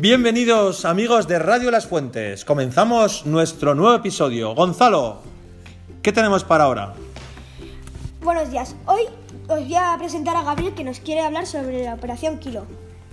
Bienvenidos amigos de Radio Las Fuentes. Comenzamos nuestro nuevo episodio. Gonzalo, ¿qué tenemos para ahora? Buenos días. Hoy os voy a presentar a Gabriel, que nos quiere hablar sobre la Operación Kilo.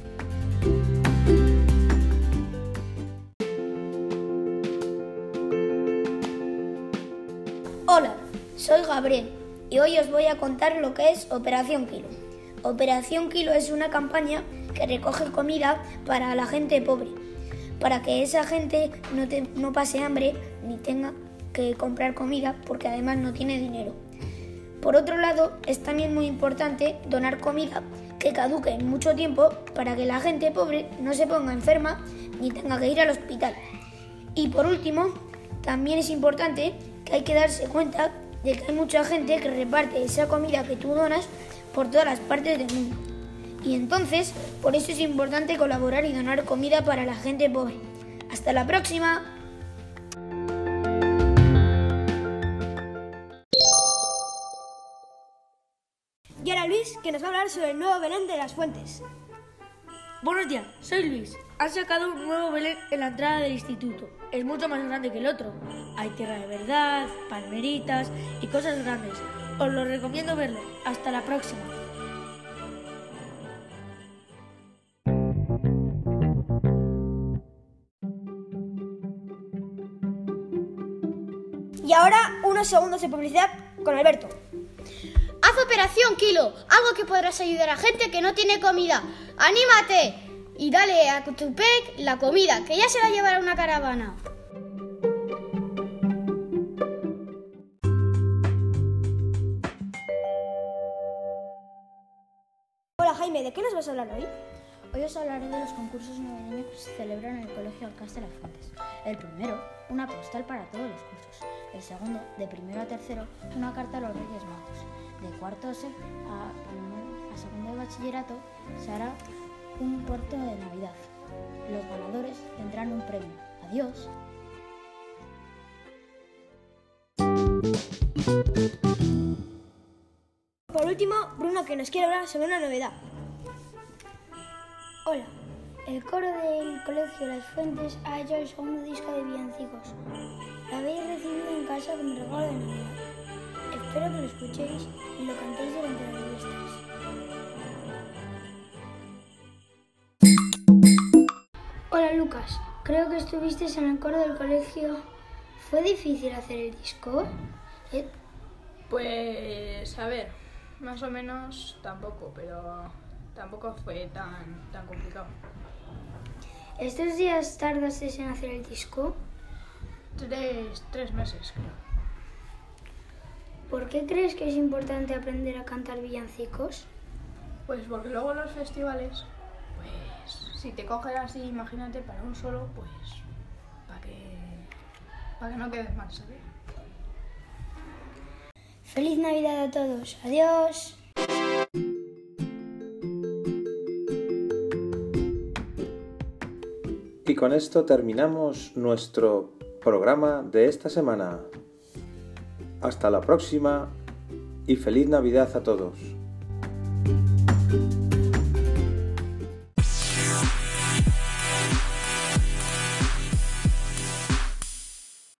Hola, soy Gabriel y hoy os voy a contar lo que es Operación Kilo. Operación Kilo es una campaña que recoge comida para la gente pobre, para que esa gente no pase hambre ni tenga que comprar comida porque además no tiene dinero. Por otro lado, es también muy importante donar comida que caduque en mucho tiempo para que la gente pobre no se ponga enferma ni tenga que ir al hospital. Y por último, también es importante que hay que darse cuenta de que hay mucha gente que reparte esa comida que tú donas por todas las partes del mundo. Y entonces, por eso es importante colaborar y donar comida para la gente pobre. ¡Hasta la próxima! Y ahora Luis, que nos va a hablar sobre el nuevo Belén de Las Fuentes. Buenos días, soy Luis. Han sacado un nuevo Belén en la entrada del instituto. Es mucho más grande que el otro. Hay tierra de verdad, palmeritas y cosas grandes. Os lo recomiendo verlo. Hasta la próxima. Y ahora unos segundos de publicidad con Alberto. Haz Operación Kilo, algo que podrás ayudar a gente que no tiene comida. ¡Anímate! Y dale a Tupec la comida, que ya se la llevará una caravana. Hola Jaime, ¿de qué nos vas a hablar hoy? Hoy os hablaré de los concursos navideños que se celebran en el Colegio Alcázar de Las Fuentes. El primero, una postal para todos los cursos. El segundo, de primero a tercero, una carta a los Reyes Magos. De cuarto a segundo de bachillerato se hará un cuarto de Navidad. Los ganadores tendrán un premio. ¡Adiós! Por último, Bruno, que nos quiere hablar sobre una novedad. Hola, el coro del Colegio Las Fuentes ha hecho el segundo disco de villancicos. Lo habéis recibido en casa como regalo de Navidad. Espero que lo escuchéis y lo cantéis durante las fiestas. Hola Lucas, creo que estuviste en el coro del colegio. ¿Fue difícil hacer el disco? Pues a ver, más o menos tampoco, pero tampoco fue tan complicado. ¿Estos días tardaste en hacer el disco? Tres meses, creo. ¿Por qué crees que es importante aprender a cantar villancicos? Pues porque luego los festivales, pues si te cogen así, imagínate, para un solo, pues para que no quedes mal, ¿sabes? ¡Feliz Navidad a todos! ¡Adiós! Y con esto terminamos nuestro programa de esta semana. Hasta la próxima y feliz Navidad a todos.